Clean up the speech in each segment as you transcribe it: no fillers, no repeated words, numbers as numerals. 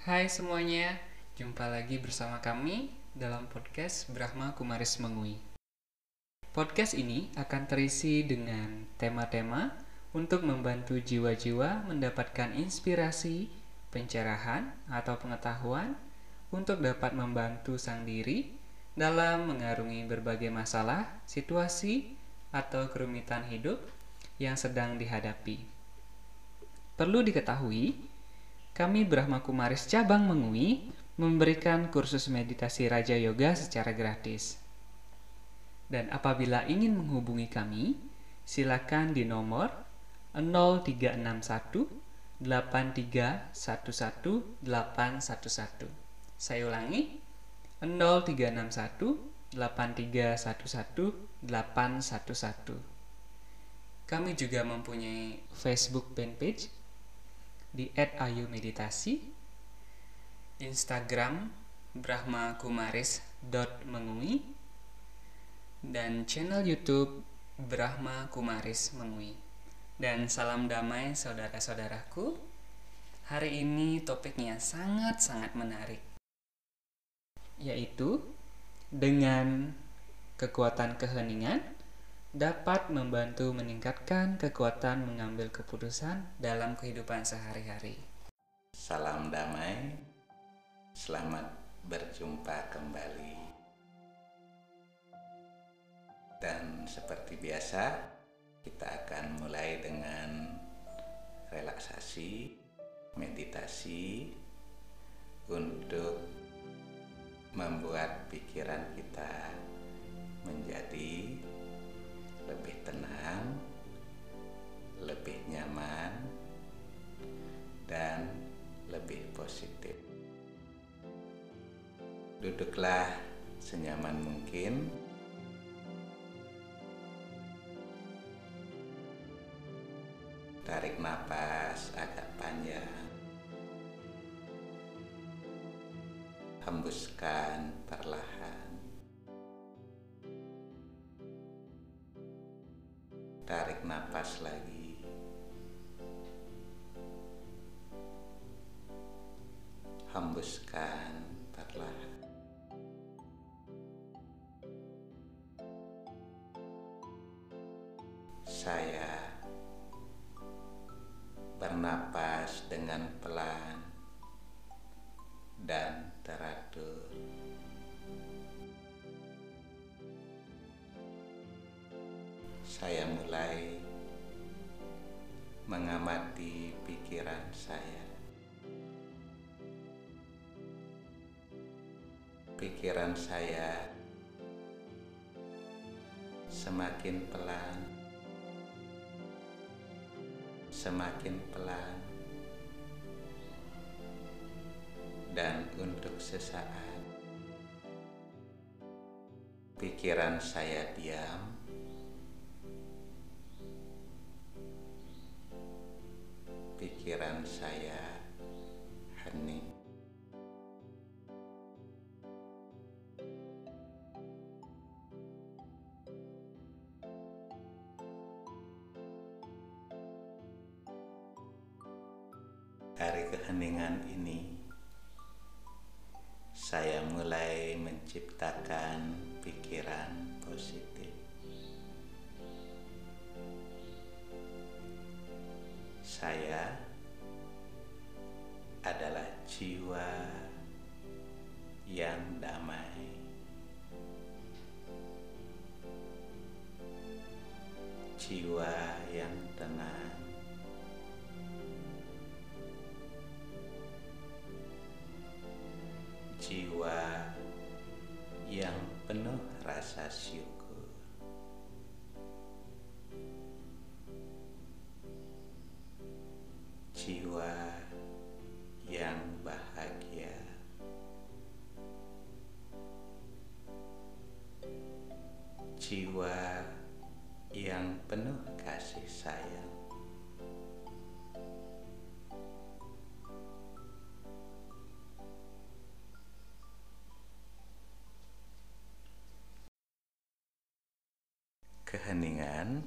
Hai semuanya, jumpa lagi bersama kami dalam podcast Brahma Kumaris Mengui. Podcast ini akan terisi dengan tema-tema untuk membantu jiwa-jiwa mendapatkan inspirasi, pencerahan, atau pengetahuan untuk dapat membantu sang diri dalam mengarungi berbagai masalah, situasi, atau kerumitan hidup yang sedang dihadapi. Perlu diketahui, kami Brahma Kumaris Cabang Mengui memberikan kursus meditasi Raja Yoga secara gratis. Dan apabila ingin menghubungi kami, silakan di nomor 0361 8311 811. Saya ulangi, 0361 8311 811. Kami juga mempunyai Facebook fanpage di @ayumeditasi, Instagram brahmakumaris.mengui, dan channel YouTube Brahma Kumaris Mengui. Dan salam damai saudara-saudaraku. Hari ini topiknya sangat-sangat menarik, yaitu dengan kekuatan keheningan dapat membantu meningkatkan kekuatan mengambil keputusan dalam kehidupan sehari-hari. Salam damai, selamat berjumpa kembali. Dan seperti biasa, kita akan mulai dengan relaksasi, meditasi untuk membuat pikiran kita menjadi lebih tenang, lebih nyaman, dan lebih positif. Duduklah senyaman mungkin. Tarik napas agak panjang. Hembuskan perlahan. Tarik napas lagi. Hembuskan perlahan. Saya bernapas dengan pelan dan teratur. Saya mulai mengamati pikiran saya. Pikiran saya semakin pelan, semakin pelan, dan untuk sesaat pikiran saya diam. Pikiran saya hening. Dari keheningan ini, saya mulai menciptakan pikiran positif. Saya adalah jiwa yang damai. Jiwa yang tenang. Jiwa yang penuh rasa syukur. Jiwa yang bahagia. Jiwa yang penuh kasih sayang. Keheningan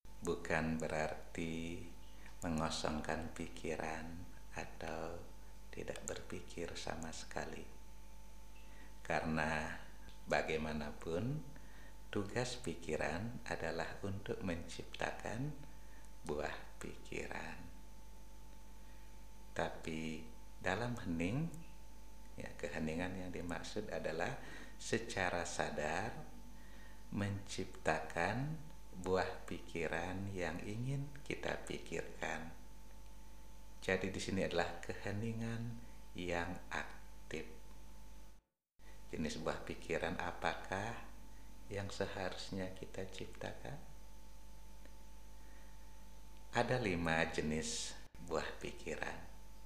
bukan berarti mengosongkan pikiran atau tidak berpikir sama sekali. Karena bagaimanapun tugas pikiran adalah untuk menciptakan buah pikiran. Tapi dalam hening, keheningan yang dimaksud adalah secara sadar menciptakan buah pikiran yang ingin kita pikirkan. Jadi di sini adalah keheningan yang aktif. Jenis buah pikiran apakah yang seharusnya kita ciptakan? Ada 5 jenis buah pikiran.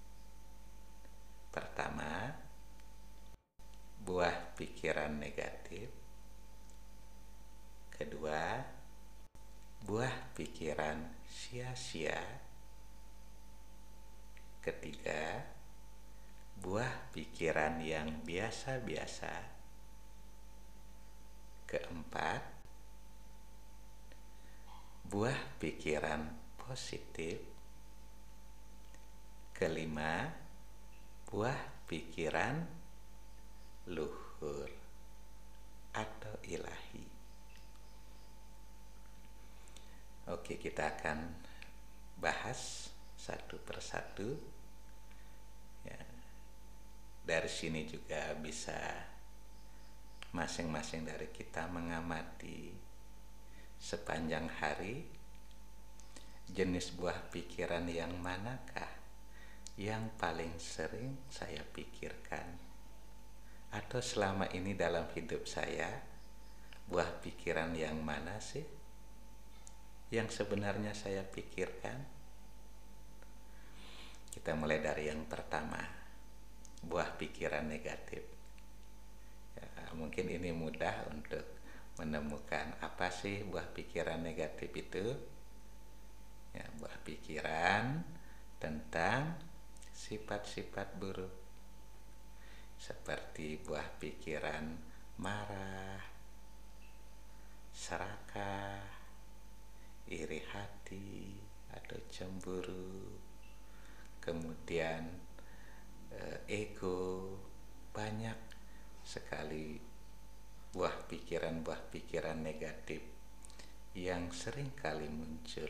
Pertama, buah pikiran negatif. Kedua, buah pikiran sia-sia. Ketiga, buah pikiran yang biasa-biasa. Keempat, buah pikiran positif. Kelima, buah pikiran luhur atau ilahi. Oke, kita akan bahas satu persatu. Dari sini juga bisa masing-masing dari kita mengamati sepanjang hari jenis buah pikiran yang manakah yang paling sering saya pikirkan, atau selama ini dalam hidup saya buah pikiran yang mana sih yang sebenarnya saya pikirkan. Kita mulai dari yang pertama, buah pikiran negatif. Mungkin ini mudah untuk menemukan apa sih buah pikiran negatif itu. Buah pikiran tentang sifat-sifat buruk, seperti buah pikiran marah, serakah, iri hati atau cemburu, kemudian ego. Banyak sekali buah pikiran negatif yang sering kali muncul.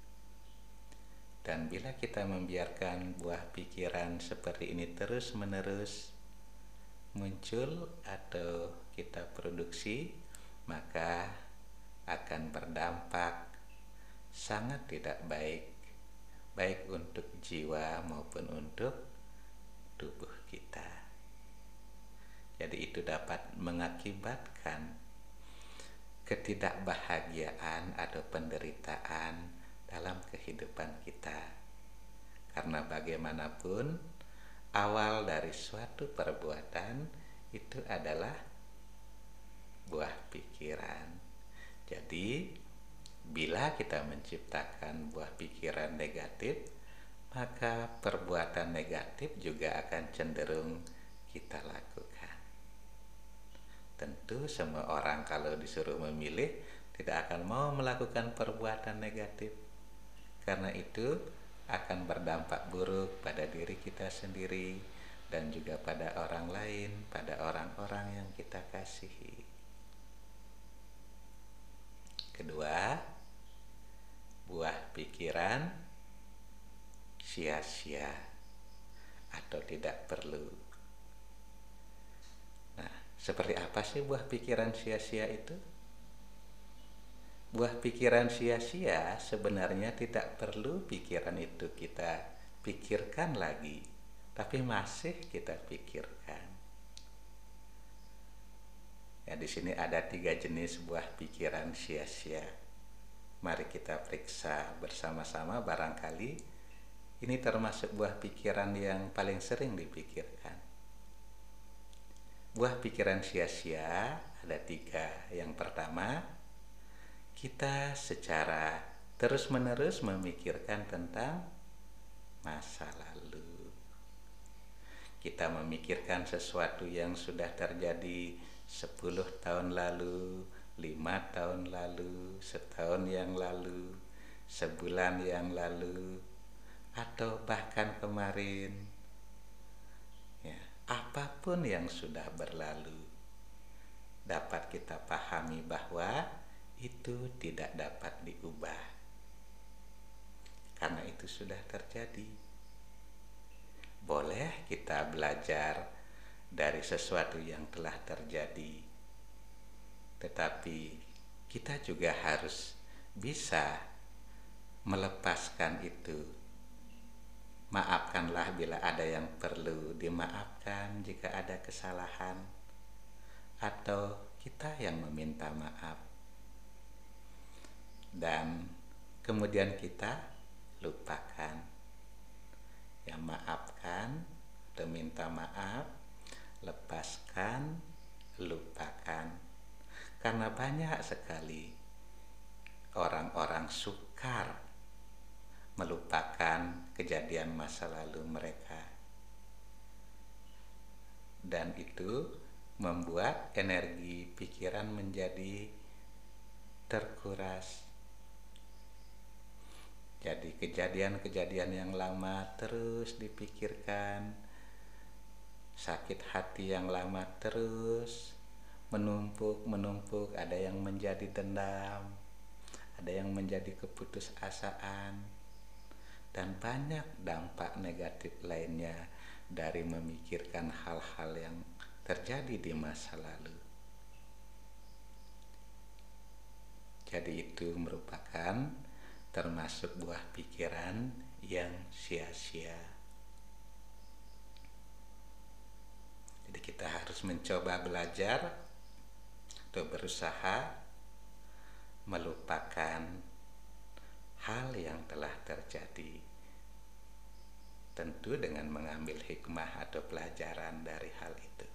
Dan bila kita membiarkan buah pikiran seperti ini terus-menerus muncul atau kita produksi, maka akan berdampak sangat tidak baik untuk jiwa maupun untuk tubuh kita. Jadi itu dapat mengakibatkan ketidakbahagiaan atau penderitaan dalam kehidupan kita. Karena bagaimanapun awal dari suatu perbuatan itu adalah buah pikiran. Jadi bila kita menciptakan buah pikiran negatif, maka perbuatan negatif juga akan cenderung kita lakukan. Tentu semua orang kalau disuruh memilih tidak akan mau melakukan perbuatan negatif, karena itu akan berdampak buruk pada diri kita sendiri dan juga pada orang lain, pada orang-orang yang kita kasihi. Kedua, buah pikiran sia-sia atau tidak perlu. Nah, seperti apa sih buah pikiran sia-sia itu? Buah pikiran sia-sia sebenarnya tidak perlu pikiran itu kita pikirkan lagi, tapi masih kita pikirkan. Di sini ada 3 jenis buah pikiran sia-sia. Mari kita periksa bersama-sama, barangkali ini termasuk buah pikiran yang paling sering dipikirkan. Buah pikiran sia-sia ada 3. Yang pertama, kita secara terus-menerus memikirkan tentang masa lalu. Kita memikirkan sesuatu yang sudah terjadi 10 tahun lalu, 5 tahun lalu, setahun yang lalu, sebulan yang lalu, atau bahkan kemarin. apapun yang sudah berlalu dapat kita pahami bahwa itu tidak dapat diubah karena itu sudah terjadi. Boleh kita belajar dari sesuatu yang telah terjadi, tetapi kita juga harus bisa melepaskan itu. Maafkanlah bila ada yang perlu dimaafkan, jika ada kesalahan, atau kita yang meminta maaf. Dan kemudian kita lupakan. Yang maafkan, atau minta maaf, lepaskan, lupakan. Karena banyak sekali orang-orang sukar melupakan kejadian masa lalu mereka, dan itu membuat energi pikiran menjadi terkuras. Jadi kejadian-kejadian yang lama terus dipikirkan, sakit hati yang lama terus menumpuk, ada yang menjadi dendam, ada yang menjadi keputusasaan, dan banyak dampak negatif lainnya dari memikirkan hal-hal yang terjadi di masa lalu. Jadi itu merupakan termasuk buah pikiran yang sia-sia. Jadi kita harus mencoba belajar atau berusaha melupakan hal yang telah terjadi, tentu dengan mengambil hikmah atau pelajaran dari hal itu.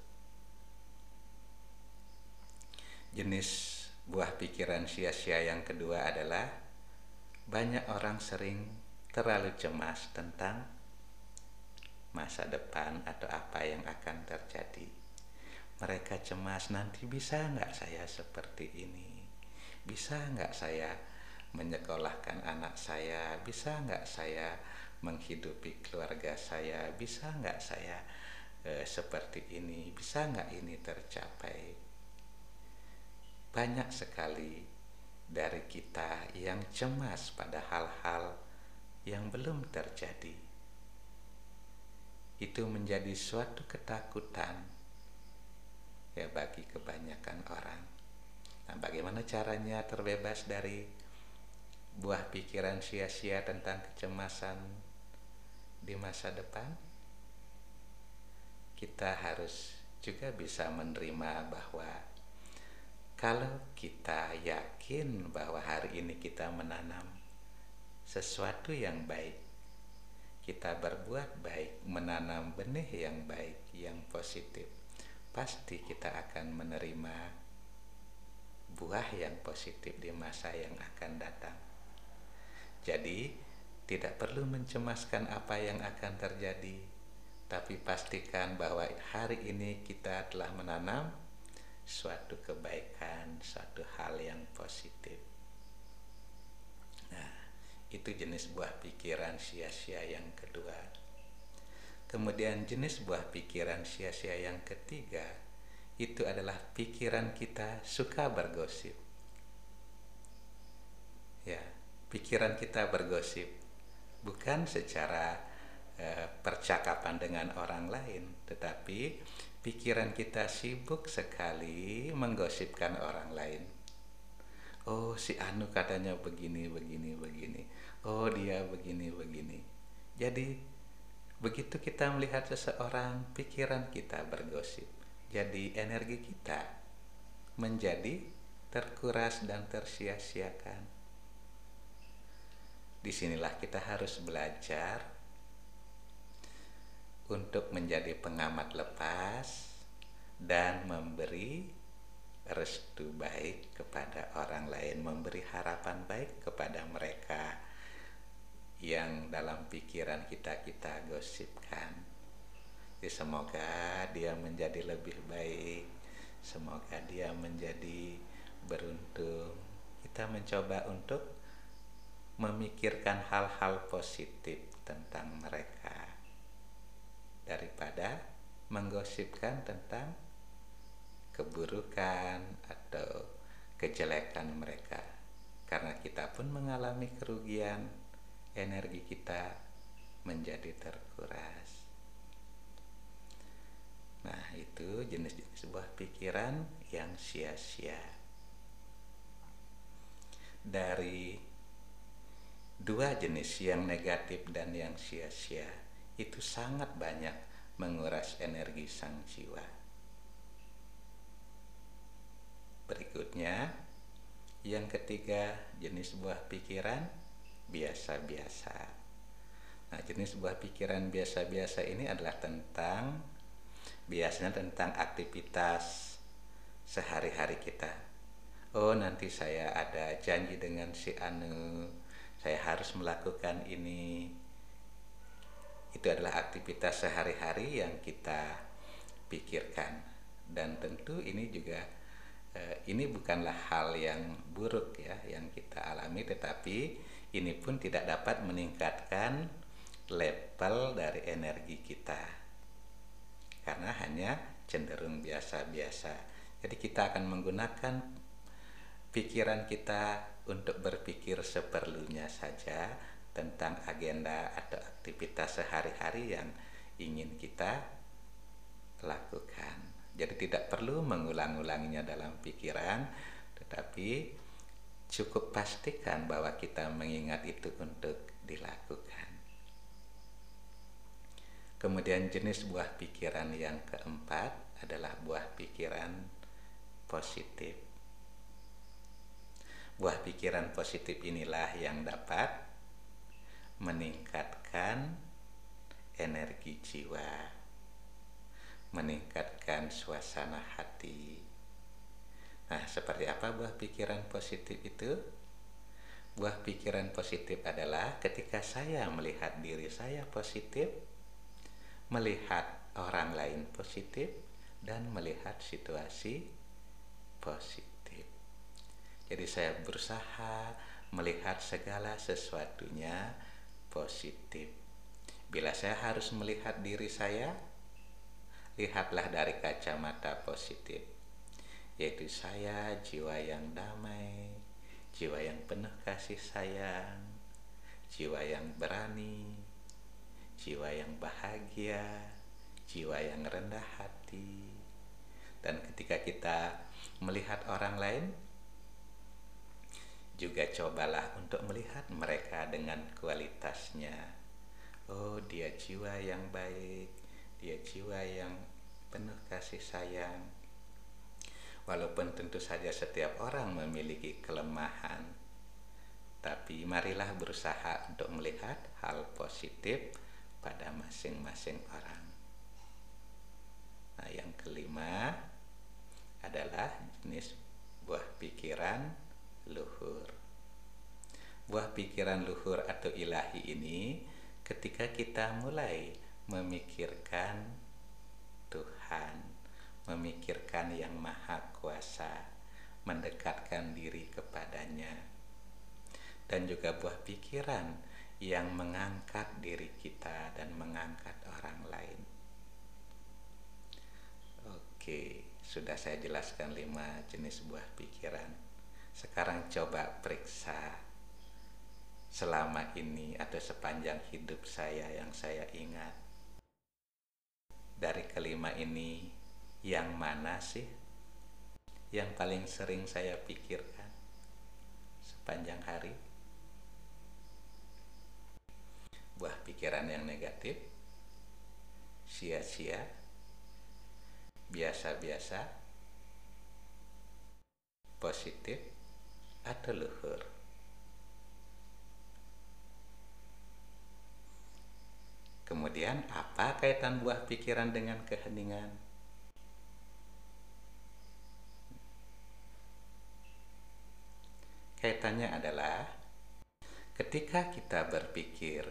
Jenis buah pikiran sia-sia yang kedua adalah banyak orang sering terlalu cemas tentang masa depan atau apa yang akan terjadi. Mereka cemas, nanti bisa nggak saya seperti ini? Bisa nggak saya menyekolahkan anak saya? Bisa nggak saya menghidupi keluarga saya? Bisa nggak saya seperti ini? Bisa nggak ini tercapai? Banyak sekali dari kita yang cemas pada hal-hal yang belum terjadi. Itu menjadi suatu ketakutan ya bagi kebanyakan orang. Nah, bagaimana caranya terbebas dari buah pikiran sia-sia tentang kecemasan di masa depan? Kita harus juga bisa menerima bahwa kalau kita yakin bahwa hari ini kita menanam sesuatu yang baik, kita berbuat baik, menanam benih yang baik, yang positif, pasti kita akan menerima buah yang positif di masa yang akan datang. Jadi tidak perlu mencemaskan apa yang akan terjadi, tapi pastikan bahwa hari ini kita telah menanam suatu kebaikan, suatu hal yang positif. Nah, itu jenis buah pikiran sia-sia yang kedua. Kemudian jenis buah pikiran sia-sia yang ketiga, itu adalah pikiran kita suka bergosip. Ya, pikiran kita bergosip bukan secara percakapan dengan orang lain, tetapi pikiran kita sibuk sekali menggosipkan orang lain. Oh, si Anu katanya begini. Oh, dia begini. Jadi begitu kita melihat seseorang, pikiran kita bergosip. Jadi energi kita menjadi terkuras dan tersia-siakan. Disinilah kita harus belajar untuk menjadi pengamat lepas dan memberi restu baik kepada orang lain, memberi harapan baik kepada mereka yang dalam pikiran kita gosipkan. Jadi semoga dia menjadi lebih baik, semoga dia menjadi beruntung. Kita mencoba untuk memikirkan hal-hal positif tentang mereka daripada menggosipkan tentang keburukan atau kejelekan mereka. Karena kita pun mengalami kerugian, energi kita menjadi terkuras. Nah, itu jenis-jenis sebuah pikiran yang sia-sia. Dari dua jenis, yang negatif dan yang sia-sia, itu sangat banyak menguras energi sang jiwa. Berikutnya, yang ketiga, jenis sebuah pikiran biasa-biasa. Nah, jenis sebuah pikiran biasa-biasa ini adalah biasanya tentang aktivitas sehari-hari kita. Oh, nanti saya ada janji dengan si Anu, saya harus melakukan ini. Itu adalah aktivitas sehari-hari yang kita pikirkan. Dan tentu ini juga ini bukanlah hal yang buruk ya yang kita alami, tetapi ini pun tidak dapat meningkatkan level dari energi kita karena hanya cenderung biasa-biasa. Jadi kita akan menggunakan pikiran kita untuk berpikir seperlunya saja tentang agenda atau aktivitas sehari-hari yang ingin kita lakukan. Jadi tidak perlu mengulang-ulanginya dalam pikiran, tetapi cukup pastikan bahwa kita mengingat itu untuk dilakukan. Kemudian jenis buah pikiran yang keempat adalah buah pikiran positif. Buah pikiran positif inilah yang dapat meningkatkan energi jiwa, meningkatkan suasana hati. Nah, seperti apa buah pikiran positif itu? Buah pikiran positif adalah ketika saya melihat diri saya positif, melihat orang lain positif, dan melihat situasi positif. Jadi saya berusaha melihat segala sesuatunya positif. Bila saya harus melihat diri saya, lihatlah dari kacamata positif, yaitu saya jiwa yang damai, jiwa yang penuh kasih sayang, jiwa yang berani, jiwa yang bahagia, jiwa yang rendah hati. Dan ketika kita melihat orang lain, juga cobalah untuk melihat mereka dengan kualitasnya. Oh, dia jiwa yang baik, dia jiwa yang penuh kasih sayang. Walaupun tentu saja setiap orang memiliki kelemahan, tapi marilah berusaha untuk melihat hal positif pada masing-masing orang. Nah, yang kelima adalah jenis buah pikiran luhur. Buah pikiran luhur atau ilahi ini ketika kita mulai memikirkan Tuhan, memikirkan yang maha kuasa, mendekatkan diri kepadanya, dan juga buah pikiran yang mengangkat diri kita dan mengangkat orang lain. Oke, sudah saya jelaskan 5 jenis buah pikiran. Sekarang coba periksa selama ini atau sepanjang hidup saya yang saya ingat. Dari kelima ini, yang mana sih yang paling sering saya pikirkan sepanjang hari? Buah pikiran yang negatif, sia-sia, biasa-biasa, positif, atau luhur? Kemudian, apa kaitan buah pikiran dengan keheningan? Kaitannya adalah ketika kita berpikir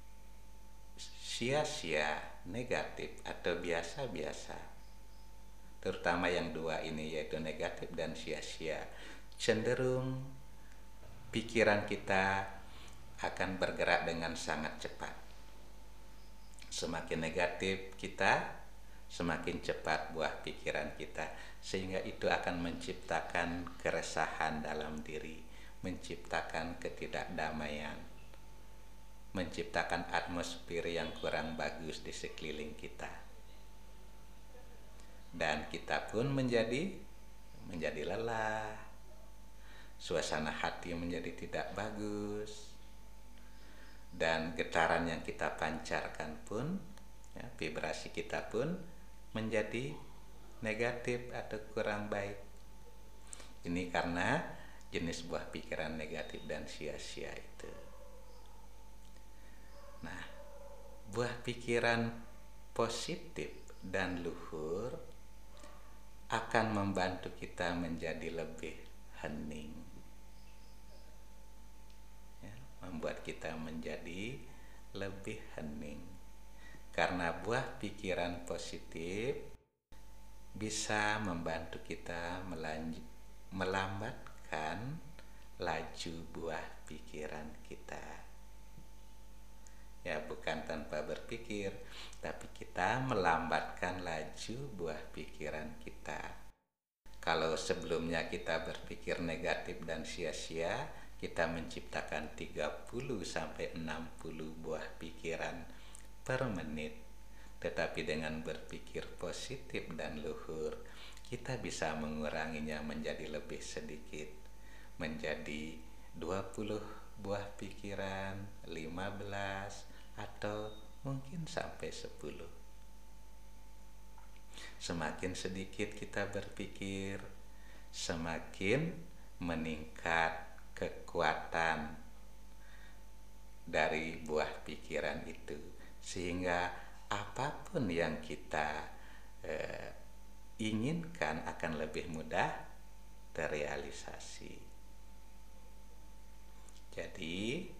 sia-sia, negatif, atau biasa-biasa, terutama yang dua ini yaitu negatif dan sia-sia, cenderung pikiran kita akan bergerak dengan sangat cepat. Semakin negatif kita, semakin cepat buah pikiran kita, sehingga itu akan menciptakan keresahan dalam diri, menciptakan ketidakdamaian, menciptakan atmosfer yang kurang bagus di sekeliling kita. Dan kita pun menjadi lelah, suasana hati menjadi tidak bagus, dan getaran yang kita pancarkan pun, ya, vibrasi kita pun menjadi negatif atau kurang baik. Ini karena jenis buah pikiran negatif dan sia-sia itu. Nah, buah pikiran positif dan luhur akan membantu kita menjadi lebih hening, ya, membuat kita menjadi lebih hening. Karena buah pikiran positif bisa membantu kita melambatkan laju buah pikiran kita. Ya, bukan tanpa berpikir, tapi kita melambatkan laju buah pikiran kita. Kalau sebelumnya kita berpikir negatif dan sia-sia, kita menciptakan 30 sampai 60 buah pikiran per menit. Tetapi dengan berpikir positif dan luhur, kita bisa menguranginya menjadi lebih sedikit, menjadi 20 buah pikiran, 15, atau mungkin sampai 10. Semakin sedikit kita berpikir, semakin meningkat kekuatan dari buah pikiran itu, sehingga apapun yang kita inginkan akan lebih mudah terrealisasi. Jadi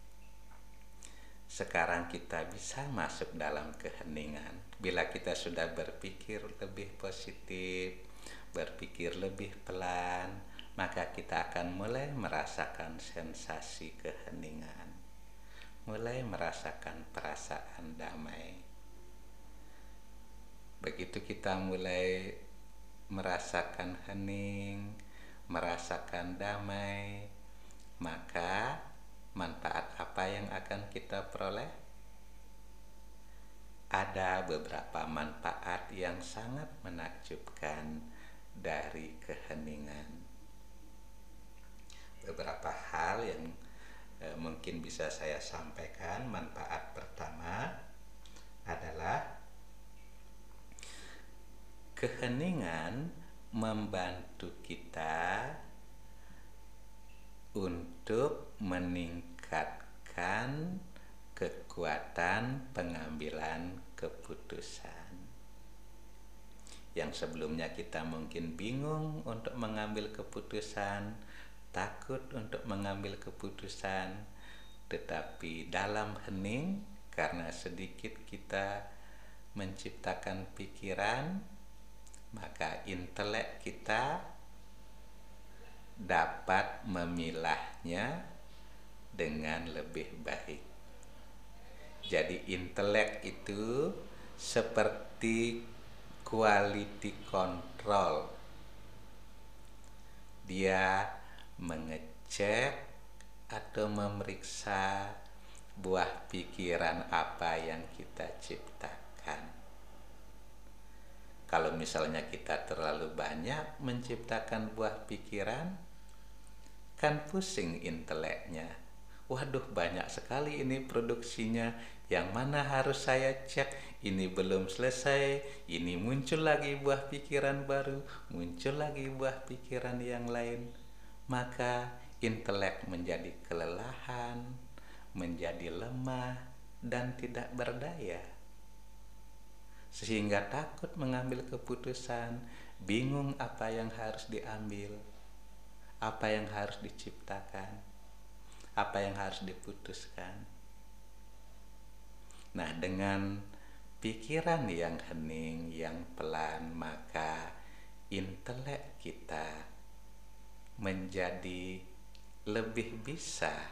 sekarang kita bisa masuk dalam keheningan bila kita sudah berpikir lebih positif, berpikir lebih pelan, maka kita akan mulai merasakan sensasi keheningan, mulai merasakan perasaan damai. Begitu kita mulai merasakan hening, merasakan damai, maka manfaat apa yang akan kita peroleh? Ada beberapa manfaat yang sangat menakjubkan dari keheningan. Beberapa hal yang mungkin bisa saya sampaikan. Manfaat pertama adalah keheningan membantu kita untuk meningkatkan kekuatan pengambilan keputusan. Yang sebelumnya kita mungkin bingung untuk mengambil keputusan, takut untuk mengambil keputusan, tetapi dalam hening, karena sedikit kita menciptakan pikiran, maka intelek kita dapat memilahnya dengan lebih baik. Jadi intelek itu seperti quality control. Dia mengecek atau memeriksa buah pikiran apa yang kita ciptakan. Kalau misalnya kita terlalu banyak menciptakan buah pikiran, kan pusing inteleknya. Waduh, banyak sekali ini produksinya, yang mana harus saya cek, ini belum selesai, ini muncul lagi buah pikiran baru, muncul lagi buah pikiran yang lain. Maka intelek menjadi kelelahan, menjadi lemah, dan tidak berdaya. Sehingga takut mengambil keputusan, bingung apa yang harus diambil, apa yang harus diciptakan, apa yang harus diputuskan. Nah, dengan pikiran yang hening, yang pelan, maka intelek kita menjadi lebih bisa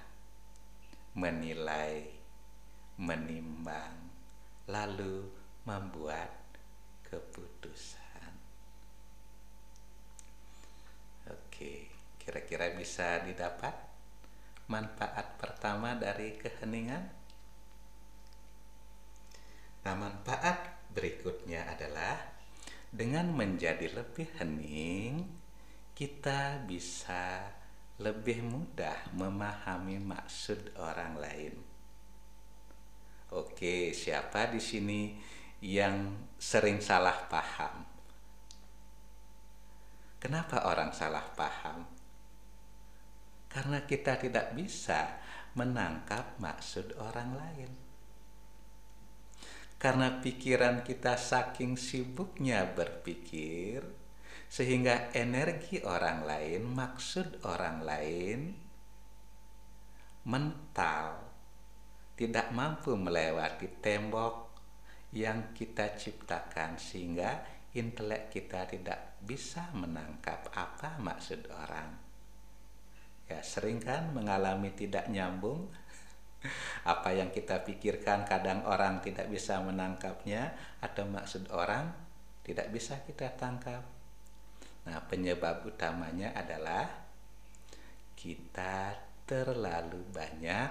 menilai, menimbang, lalu membuat keputusan. Oke, kira-kira bisa didapat manfaat pertama dari keheningan? Nah, manfaat berikutnya adalah dengan menjadi lebih hening, kita bisa lebih mudah memahami maksud orang lain. Oke, siapa di sini yang sering salah paham? Kenapa orang salah paham? Karena kita tidak bisa menangkap maksud orang lain. Karena pikiran kita saking sibuknya berpikir, sehingga energi orang lain, maksud orang lain mental, tidak mampu melewati tembok yang kita ciptakan, sehingga intelek kita tidak bisa menangkap apa maksud orang. Ya, sering kan mengalami tidak nyambung. Apa yang kita pikirkan kadang orang tidak bisa menangkapnya, atau maksud orang tidak bisa kita tangkap. Nah, penyebab utamanya adalah kita terlalu banyak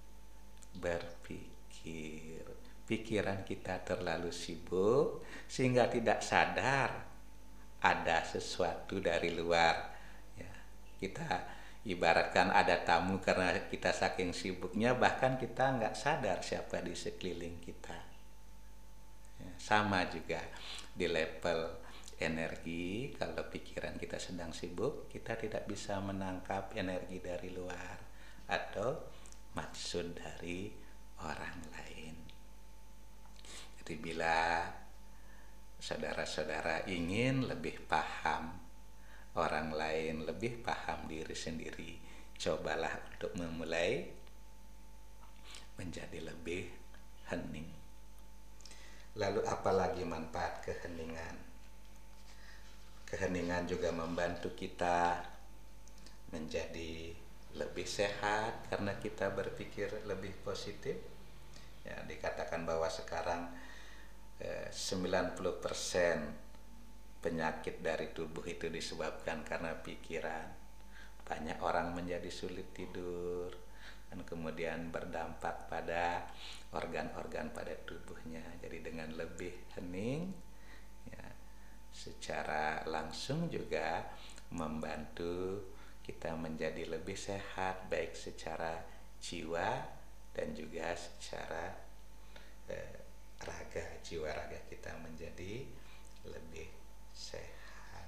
berpikir. Pikiran kita terlalu sibuk sehingga tidak sadar ada sesuatu dari luar. Ya, kita ibaratkan ada tamu, karena kita saking sibuknya bahkan kita nggak sadar siapa di sekeliling kita. Ya, sama juga di level energi, kalau pikiran kita sedang sibuk, kita tidak bisa menangkap energi dari luar atau maksud dari orang lain. Jadi bila saudara-saudara ingin lebih paham orang lain, lebih paham diri sendiri, cobalah untuk memulai menjadi lebih hening. Lalu apalagi manfaat keheningan? Keheningan juga membantu kita menjadi lebih sehat karena kita berpikir lebih positif. Ya, dikatakan bahwa sekarang 90% penyakit dari tubuh itu disebabkan karena pikiran. Banyak orang menjadi sulit tidur dan kemudian berdampak pada organ-organ pada tubuhnya. Jadi dengan lebih hening, ya, secara langsung juga membantu kita menjadi lebih sehat, baik secara jiwa dan juga secara raga. Jiwa raga kita menjadi lebih sehat.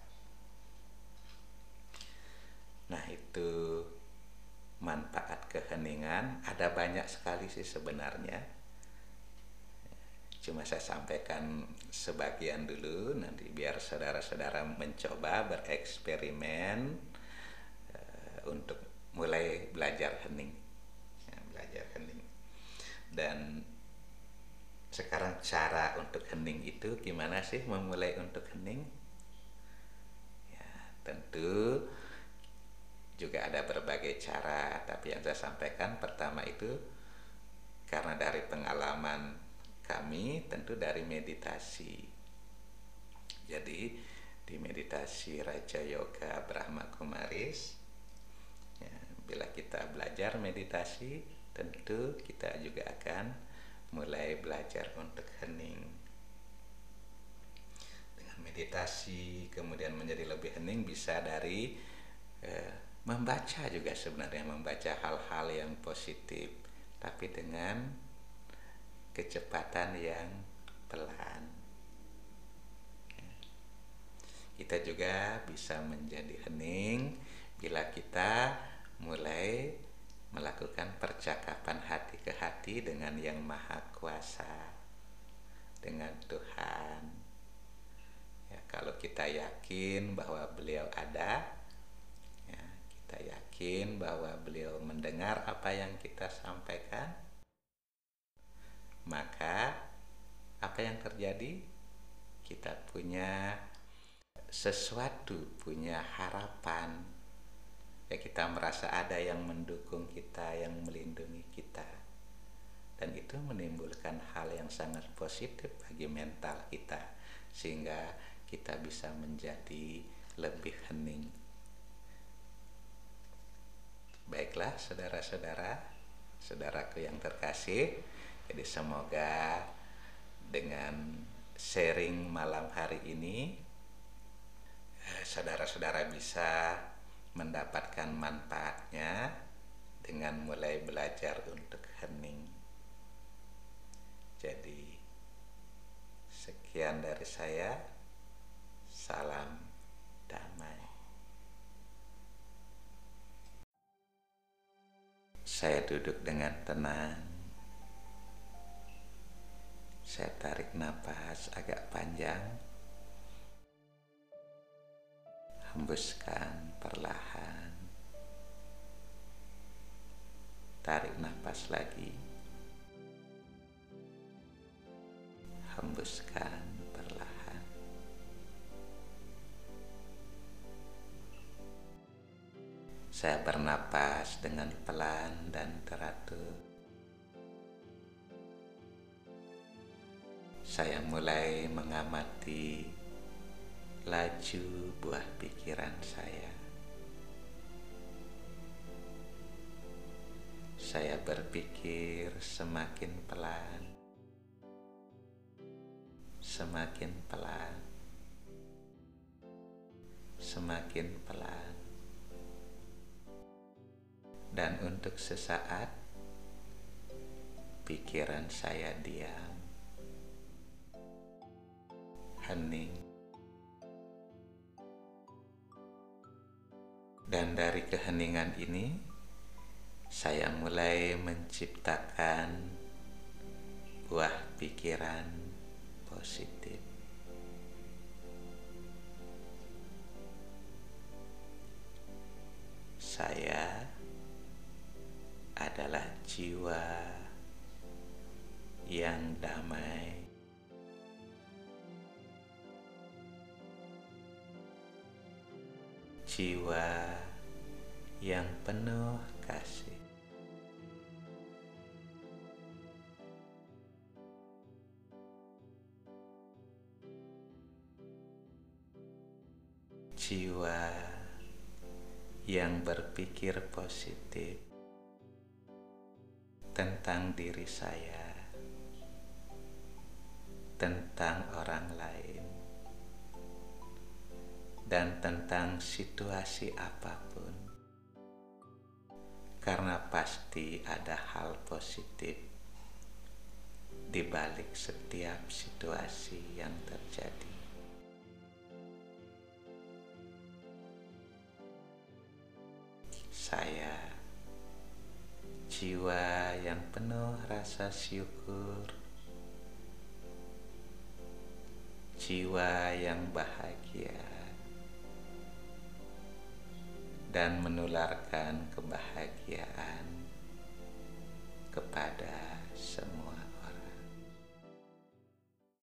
Nah, itu manfaat keheningan. Ada banyak sekali sih sebenarnya, cuma saya sampaikan sebagian dulu, nanti biar saudara-saudara mencoba bereksperimen untuk mulai belajar hening, ya, belajar hening. Dan sekarang cara untuk hening itu gimana sih, memulai untuk hening? Ya, tentu juga ada berbagai cara, tapi yang saya sampaikan pertama itu karena dari pengalaman kami, tentu dari meditasi. Jadi di meditasi Raja Yoga Brahma Kumaris, ya, bila kita belajar meditasi, tentu kita juga akan mulai belajar untuk hening. Dengan meditasi kemudian menjadi lebih hening bisa dari membaca juga, sebenarnya membaca hal-hal yang positif tapi dengan kecepatan yang pelan. Kita juga bisa menjadi hening bila kita mulai melakukan percakapan hati ke hati dengan Yang Maha Kuasa, dengan Tuhan. Ya, kalau kita yakin bahwa Beliau ada, ya, kita yakin bahwa Beliau mendengar apa yang kita sampaikan, maka apa yang terjadi? Kita punya sesuatu, punya harapan. Ya, kita merasa ada yang mendukung kita, yang melindungi kita. Dan itu menimbulkan hal yang sangat positif bagi mental kita. sehingga kita bisa menjadi lebih hening. Baiklah saudara-saudara, saudaraku yang terkasih, jadi semoga dengan sharing malam hari ini saudara-saudara bisa mendapatkan manfaatnya dengan mulai belajar untuk hening. Jadi sekian dari saya, salam damai. Saya duduk dengan tenang. Saya tarik napas agak panjang. Hembuskan perlahan. Tarik napas lagi. Hembuskan perlahan. Saya bernapas dengan pelan dan teratur. Saya mulai mengamati laju buah pikiran saya. Saya berpikir semakin pelan, semakin pelan, semakin pelan. Dan untuk sesaat, pikiran saya diam, hening. Dan dari keheningan ini, saya mulai menciptakan buah pikiran positif. Saya adalah jiwa yang damai. Jiwa yang penuh kasih. Jiwa yang berpikir positif tentang diri saya, tentang orang lain, dan tentang situasi apapun, karena pasti ada hal positif di balik setiap situasi yang terjadi. Saya jiwa yang penuh rasa syukur, jiwa yang bahagia, dan menularkan kebahagiaan kepada